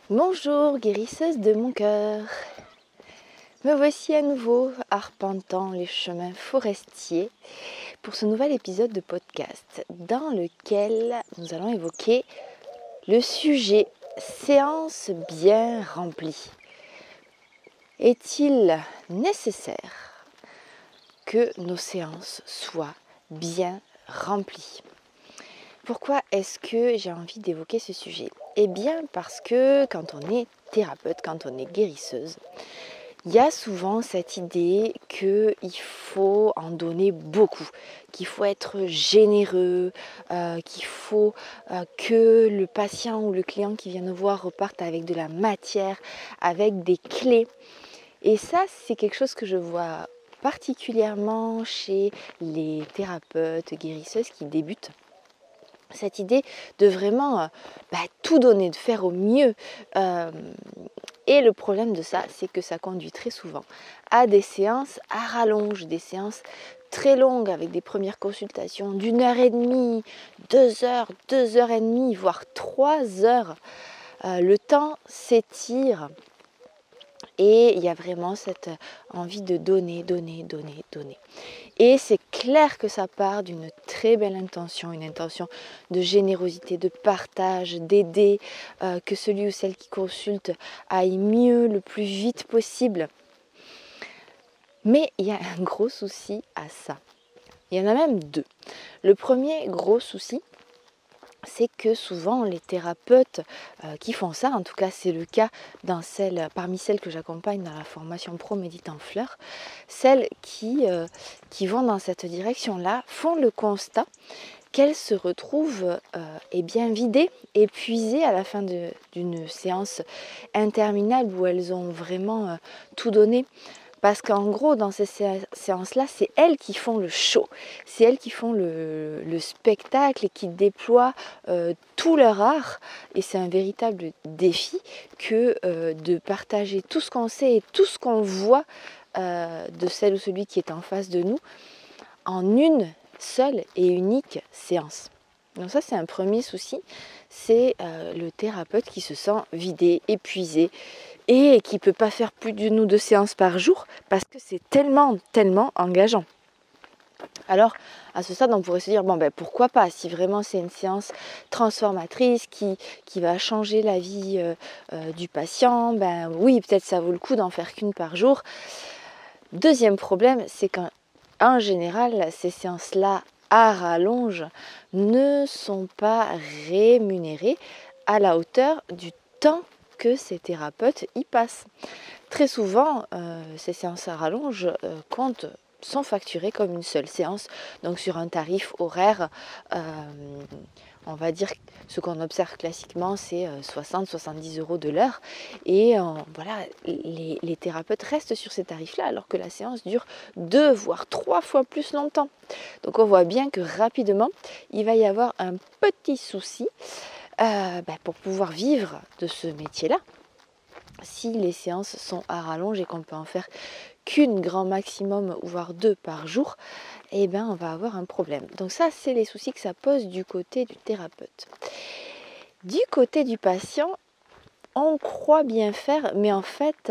Bonjour guérisseuse de mon cœur. Me voici à nouveau arpentant les chemins forestiers pour ce nouvel épisode de podcast dans lequel nous allons évoquer le sujet séance bien remplie. Est-il nécessaire que nos séances soient bien remplies ? Pourquoi est-ce que j'ai envie d'évoquer ce sujet ? Eh bien parce que quand on est thérapeute, quand on est guérisseuse, il y a souvent cette idée qu'il faut en donner beaucoup, qu'il faut être généreux, qu'il faut que le patient ou le client qui vient nous voir reparte avec de la matière, avec des clés. Et ça, c'est quelque chose que je vois particulièrement chez les thérapeutes, guérisseuses qui débutent. Cette idée de vraiment tout donner, de faire au mieux. Et le problème de ça, c'est que ça conduit très souvent à des séances à rallonge, des séances très longues avec des premières consultations d'1h30, 2h, 2h30, voire 3h. Le temps s'étire. Et il y a vraiment cette envie de donner. Et c'est clair que ça part d'une très belle intention, une intention de générosité, de partage, d'aider, que celui ou celle qui consulte aille mieux le plus vite possible. Mais il y a un gros souci à ça. Il y en a même deux. Le premier gros souci, c'est que souvent les thérapeutes qui font ça, en tout cas c'est le cas parmi celles que j'accompagne dans la formation Pro Médite en Fleurs, celles qui vont dans cette direction-là font le constat qu'elles se retrouvent bien vidées, épuisées à la fin d'une séance interminable où elles ont vraiment tout donné. Parce qu'en gros, dans ces séances-là, c'est elles qui font le show, c'est elles qui font le spectacle et qui déploient tout leur art. Et c'est un véritable défi que de partager tout ce qu'on sait et tout ce qu'on voit de celle ou celui qui est en face de nous en une seule et unique séance. Donc ça, c'est un premier souci, c'est le thérapeute qui se sent vidé, épuisé, et qui ne peut pas faire plus d'une ou deux séances par jour parce que c'est tellement engageant. Alors, à ce stade, on pourrait se dire, pourquoi pas, si vraiment c'est une séance transformatrice qui va changer la vie du patient, oui, peut-être ça vaut le coup d'en faire qu'une par jour. Deuxième problème, c'est qu'en général, ces séances-là à rallonge ne sont pas rémunérées à la hauteur du temps que ces thérapeutes y passent. Très souvent, ces séances à rallonge sont facturées comme une seule séance, donc sur un tarif horaire, on va dire ce qu'on observe classiquement, c'est 60-70 € de l'heure. Et les thérapeutes restent sur ces tarifs-là alors que la séance dure 2 voire 3 fois plus longtemps. Donc on voit bien que rapidement, il va y avoir un petit souci pour pouvoir vivre de ce métier-là. Si les séances sont à rallonge et qu'on peut en faire qu'une grand maximum, voire 2 par jour, on va avoir un problème. Donc ça, c'est les soucis que ça pose du côté du thérapeute. Du côté du patient, on croit bien faire, mais en fait,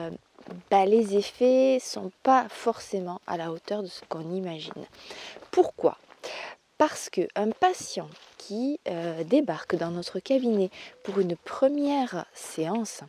les effets ne sont pas forcément à la hauteur de ce qu'on imagine. Pourquoi ? Parce qu'un patient qui débarque dans notre cabinet pour une première séance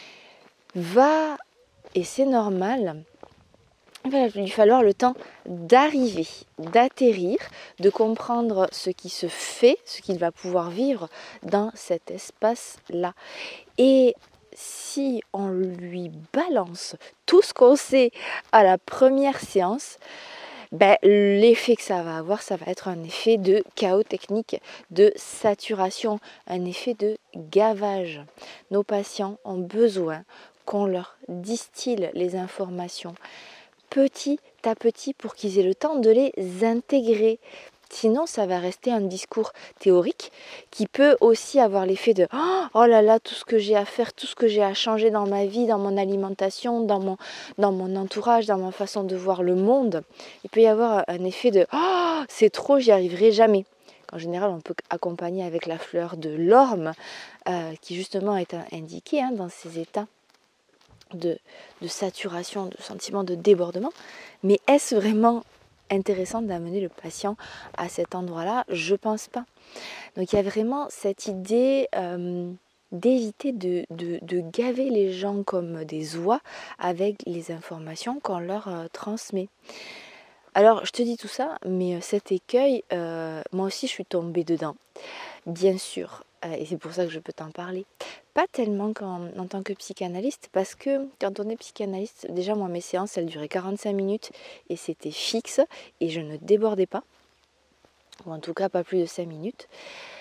va, et c'est normal, il va lui falloir le temps d'arriver, d'atterrir, de comprendre ce qui se fait, ce qu'il va pouvoir vivre dans cet espace-là. Et si on lui balance tout ce qu'on sait à la première séance, l'effet que ça va avoir, ça va être un effet de chaos technique, de saturation, un effet de gavage. Nos patients ont besoin qu'on leur distille les informations petit à petit pour qu'ils aient le temps de les intégrer. Sinon, ça va rester un discours théorique qui peut aussi avoir l'effet de « Oh là là, tout ce que j'ai à faire, tout ce que j'ai à changer dans ma vie, dans mon alimentation, dans mon entourage, dans ma façon de voir le monde. » Il peut y avoir un effet de « Oh, c'est trop, j'y arriverai jamais. » qu'en général on peut accompagner avec la fleur de l'orme, qui justement est indiquée dans ces états de saturation, de sentiment de débordement. Mais est-ce vraiment intéressant d'amener le patient à cet endroit-là? Je pense pas. Donc il y a vraiment cette idée d'éviter de gaver les gens comme des oies avec les informations qu'on leur transmet. Alors je te dis tout ça, mais cet écueil, moi aussi je suis tombée dedans, bien sûr, et c'est pour ça que je peux t'en parler. Pas tellement en tant que psychanalyste, parce que quand on est psychanalyste, déjà moi mes séances elles duraient 45 minutes et c'était fixe et je ne débordais pas, ou en tout cas pas plus de 5 minutes.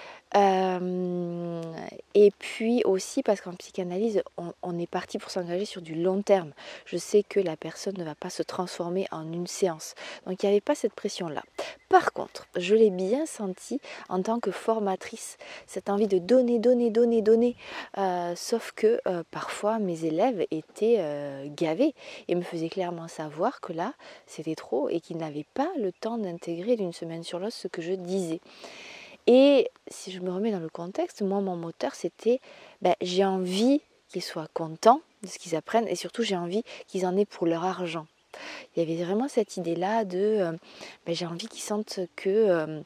Et puis aussi parce qu'en psychanalyse, on est parti pour s'engager sur du long terme. Je sais que la personne ne va pas se transformer en une séance. Donc il n'y avait pas cette pression-là. Par contre, je l'ai bien senti en tant que formatrice, cette envie de donner. Sauf que parfois mes élèves étaient gavés et me faisaient clairement savoir que là, c'était trop et qu'ils n'avaient pas le temps d'intégrer d'une semaine sur l'autre ce que je disais. Et si je me remets dans le contexte, moi, mon moteur, c'était j'ai envie qu'ils soient contents de ce qu'ils apprennent et surtout, j'ai envie qu'ils en aient pour leur argent. Il y avait vraiment cette idée-là de j'ai envie qu'ils sentent que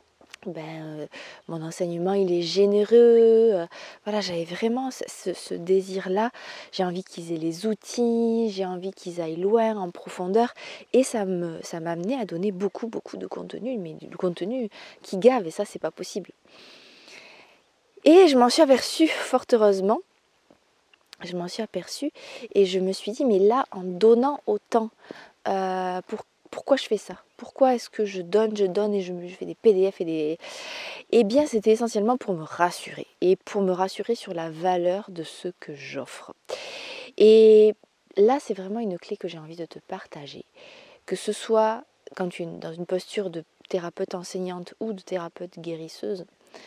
mon enseignement, il est généreux. Voilà, j'avais vraiment ce désir-là. J'ai envie qu'ils aient les outils, j'ai envie qu'ils aillent loin, en profondeur. Et ça m'a amené à donner beaucoup de contenu, mais du contenu qui gave, et ça, c'est pas possible. Et je m'en suis aperçue, fort heureusement. Je m'en suis aperçue et je me suis dit, mais là, en donnant autant, pourquoi je fais ça? Pourquoi est-ce que je donne et je fais des PDF et des... Eh bien, c'était essentiellement pour me rassurer et pour me rassurer sur la valeur de ce que j'offre. Et là, c'est vraiment une clé que j'ai envie de te partager. Que ce soit quand tu es dans une posture de thérapeute enseignante ou de thérapeute guérisseuse,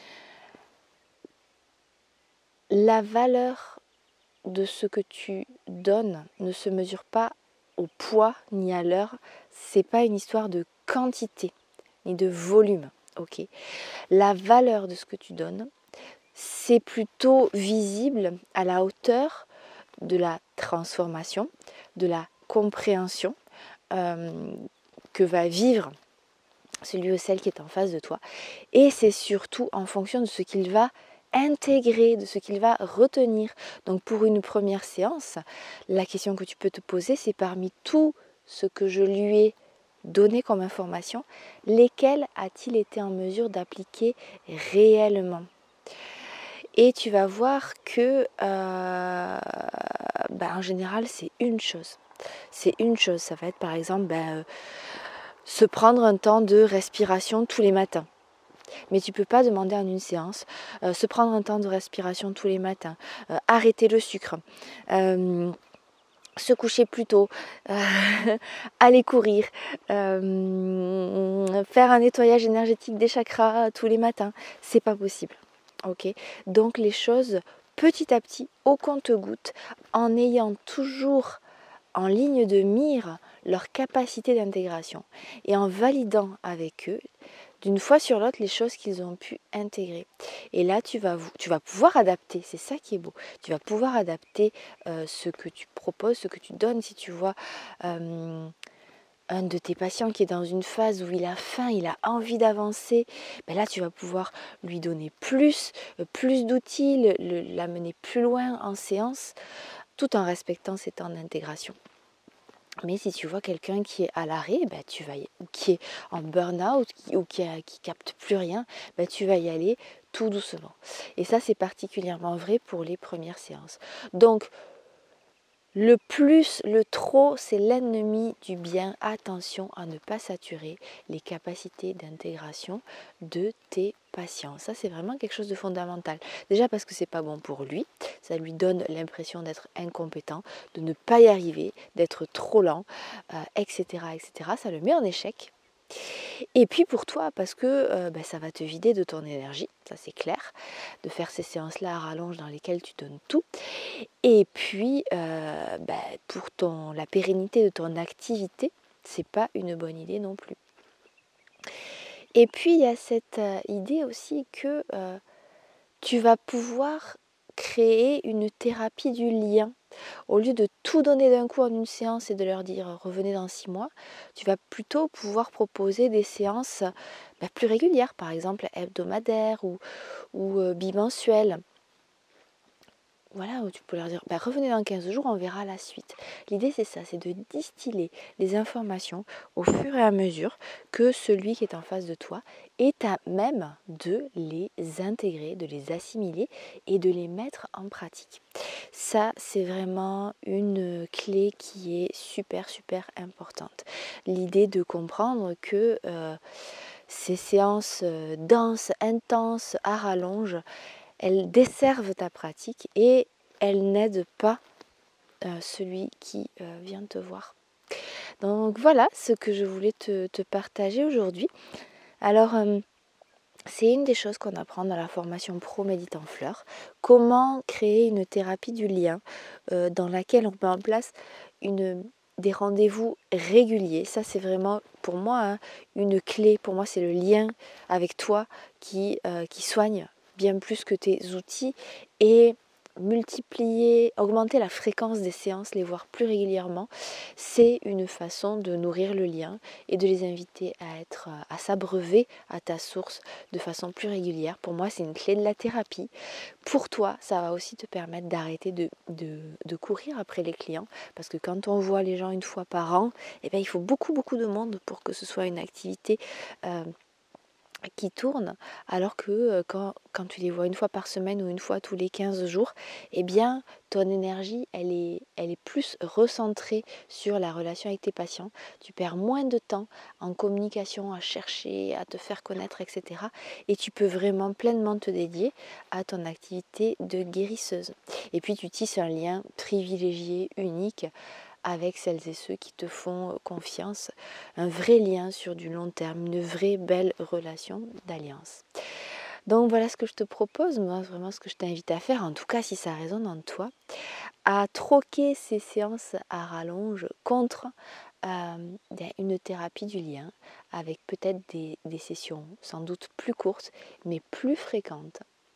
la valeur de ce que tu donnes ne se mesure pas au poids ni à l'heure. C'est pas une histoire de quantité ni de volume. Ok. La valeur de ce que tu donnes, c'est plutôt visible à la hauteur de la transformation, de la compréhension que va vivre celui ou celle qui est en face de toi. Et c'est surtout en fonction de ce qu'il va intégrer, de ce qu'il va retenir. Donc pour une première séance, la question que tu peux te poser, c'est parmi tout ce que je lui ai donné comme information, lesquels a-t-il été en mesure d'appliquer réellement? Et tu vas voir que en général c'est une chose. C'est une chose, ça va être par exemple se prendre un temps de respiration tous les matins. Mais tu ne peux pas demander en une séance, se prendre un temps de respiration tous les matins, arrêter le sucre, se coucher plus tôt, aller courir, faire un nettoyage énergétique des chakras tous les matins. C'est pas possible. Ok, donc les choses petit à petit, au compte-gouttes, en ayant toujours en ligne de mire leur capacité d'intégration et en validant avec eux d'une fois sur l'autre les choses qu'ils ont pu intégrer. Et là, tu vas pouvoir adapter, c'est ça qui est beau. Tu vas pouvoir adapter ce que tu proposes, ce que tu donnes. Si tu vois un de tes patients qui est dans une phase où il a faim, il a envie d'avancer, là tu vas pouvoir lui donner plus d'outils, l'amener plus loin en séance, tout en respectant ses temps d'intégration. Mais si tu vois quelqu'un qui est à l'arrêt, ou qui est en burn-out ou qui capte plus rien, tu vas y aller tout doucement. Et ça, c'est particulièrement vrai pour les premières séances. Donc, le plus, le trop, c'est l'ennemi du bien. Attention à ne pas saturer les capacités d'intégration de tes patients. Ça, c'est vraiment quelque chose de fondamental. Déjà parce que c'est pas bon pour lui. Ça lui donne l'impression d'être incompétent, de ne pas y arriver, d'être trop lent, etc., etc. Ça le met en échec. Et puis pour toi, parce que ça va te vider de ton énergie, ça c'est clair, de faire ces séances-là à rallonge dans lesquelles tu donnes tout. Et puis pour la pérennité de ton activité, c'est pas une bonne idée non plus. Et puis il y a cette idée aussi que tu vas pouvoir créer une thérapie du lien. Au lieu de tout donner d'un coup en une séance et de leur dire revenez dans 6 mois, tu vas plutôt pouvoir proposer des séances plus régulières, par exemple hebdomadaires ou bimensuelles. Voilà, où tu peux leur dire revenez dans 15 jours, on verra la suite. L'idée c'est ça, c'est de distiller les informations au fur et à mesure que celui qui est en face de toi est à même de les intégrer, de les assimiler et de les mettre en pratique. Ça, c'est vraiment une clé qui est super super importante. L'idée de comprendre que ces séances denses, intenses, à rallonge, elles desservent ta pratique et elles n'aident pas celui qui vient te voir. Donc voilà ce que je voulais te partager aujourd'hui. Alors, c'est une des choses qu'on apprend dans la formation Pro Méditant Fleur. Comment créer une thérapie du lien dans laquelle on met en place des rendez-vous réguliers. Ça, c'est vraiment pour moi une clé. Pour moi, c'est le lien avec toi qui soigne bien plus que tes outils et augmenter la fréquence des séances, les voir plus régulièrement, c'est une façon de nourrir le lien et de les inviter à s'abreuver à ta source de façon plus régulière. Pour moi, c'est une clé de la thérapie. Pour toi, ça va aussi te permettre d'arrêter de courir après les clients, parce que quand on voit les gens une fois par an, il faut beaucoup de monde pour que ce soit une activité qui tourne, alors que quand tu les vois une fois par semaine ou une fois tous les 15 jours, ton énergie, elle est plus recentrée sur la relation avec tes patients. Tu perds moins de temps en communication, à chercher, à te faire connaître, etc. Et tu peux vraiment pleinement te dédier à ton activité de guérisseuse. Et puis tu tisses un lien privilégié, unique, avec celles et ceux qui te font confiance, un vrai lien sur du long terme, une vraie belle relation d'alliance. Donc voilà ce que je te propose, moi vraiment ce que je t'invite à faire, en tout cas si ça résonne en toi, à troquer ces séances à rallonge contre une thérapie du lien, avec peut-être des sessions sans doute plus courtes, mais plus fréquentes,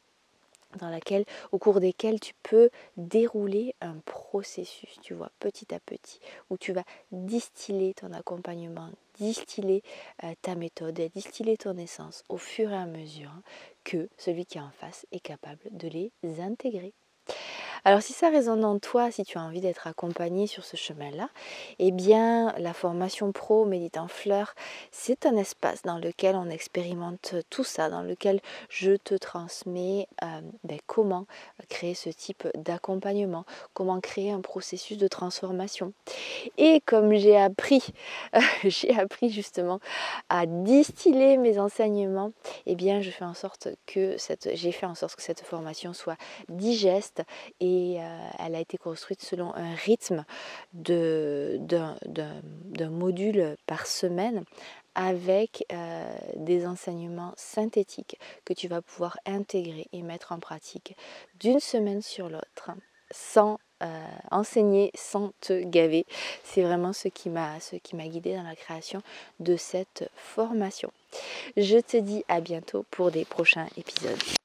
au cours desquelles tu peux dérouler un processus, tu vois, petit à petit, où tu vas distiller ton accompagnement, distiller ta méthode, distiller ton essence au fur et à mesure que celui qui est en face est capable de les intégrer. Alors si ça résonne en toi, si tu as envie d'être accompagné sur ce chemin-là, la formation Pro Méditant Fleur, c'est un espace dans lequel on expérimente tout ça, dans lequel je te transmets comment créer ce type d'accompagnement, comment créer un processus de transformation. Et comme j'ai appris justement à distiller mes enseignements, j'ai fait en sorte que cette formation soit digeste et elle a été construite selon un rythme d'un module par semaine, avec des enseignements synthétiques que tu vas pouvoir intégrer et mettre en pratique d'une semaine sur l'autre, sans enseigner, sans te gaver. C'est vraiment ce qui m'a guidée dans la création de cette formation. Je te dis à bientôt pour des prochains épisodes.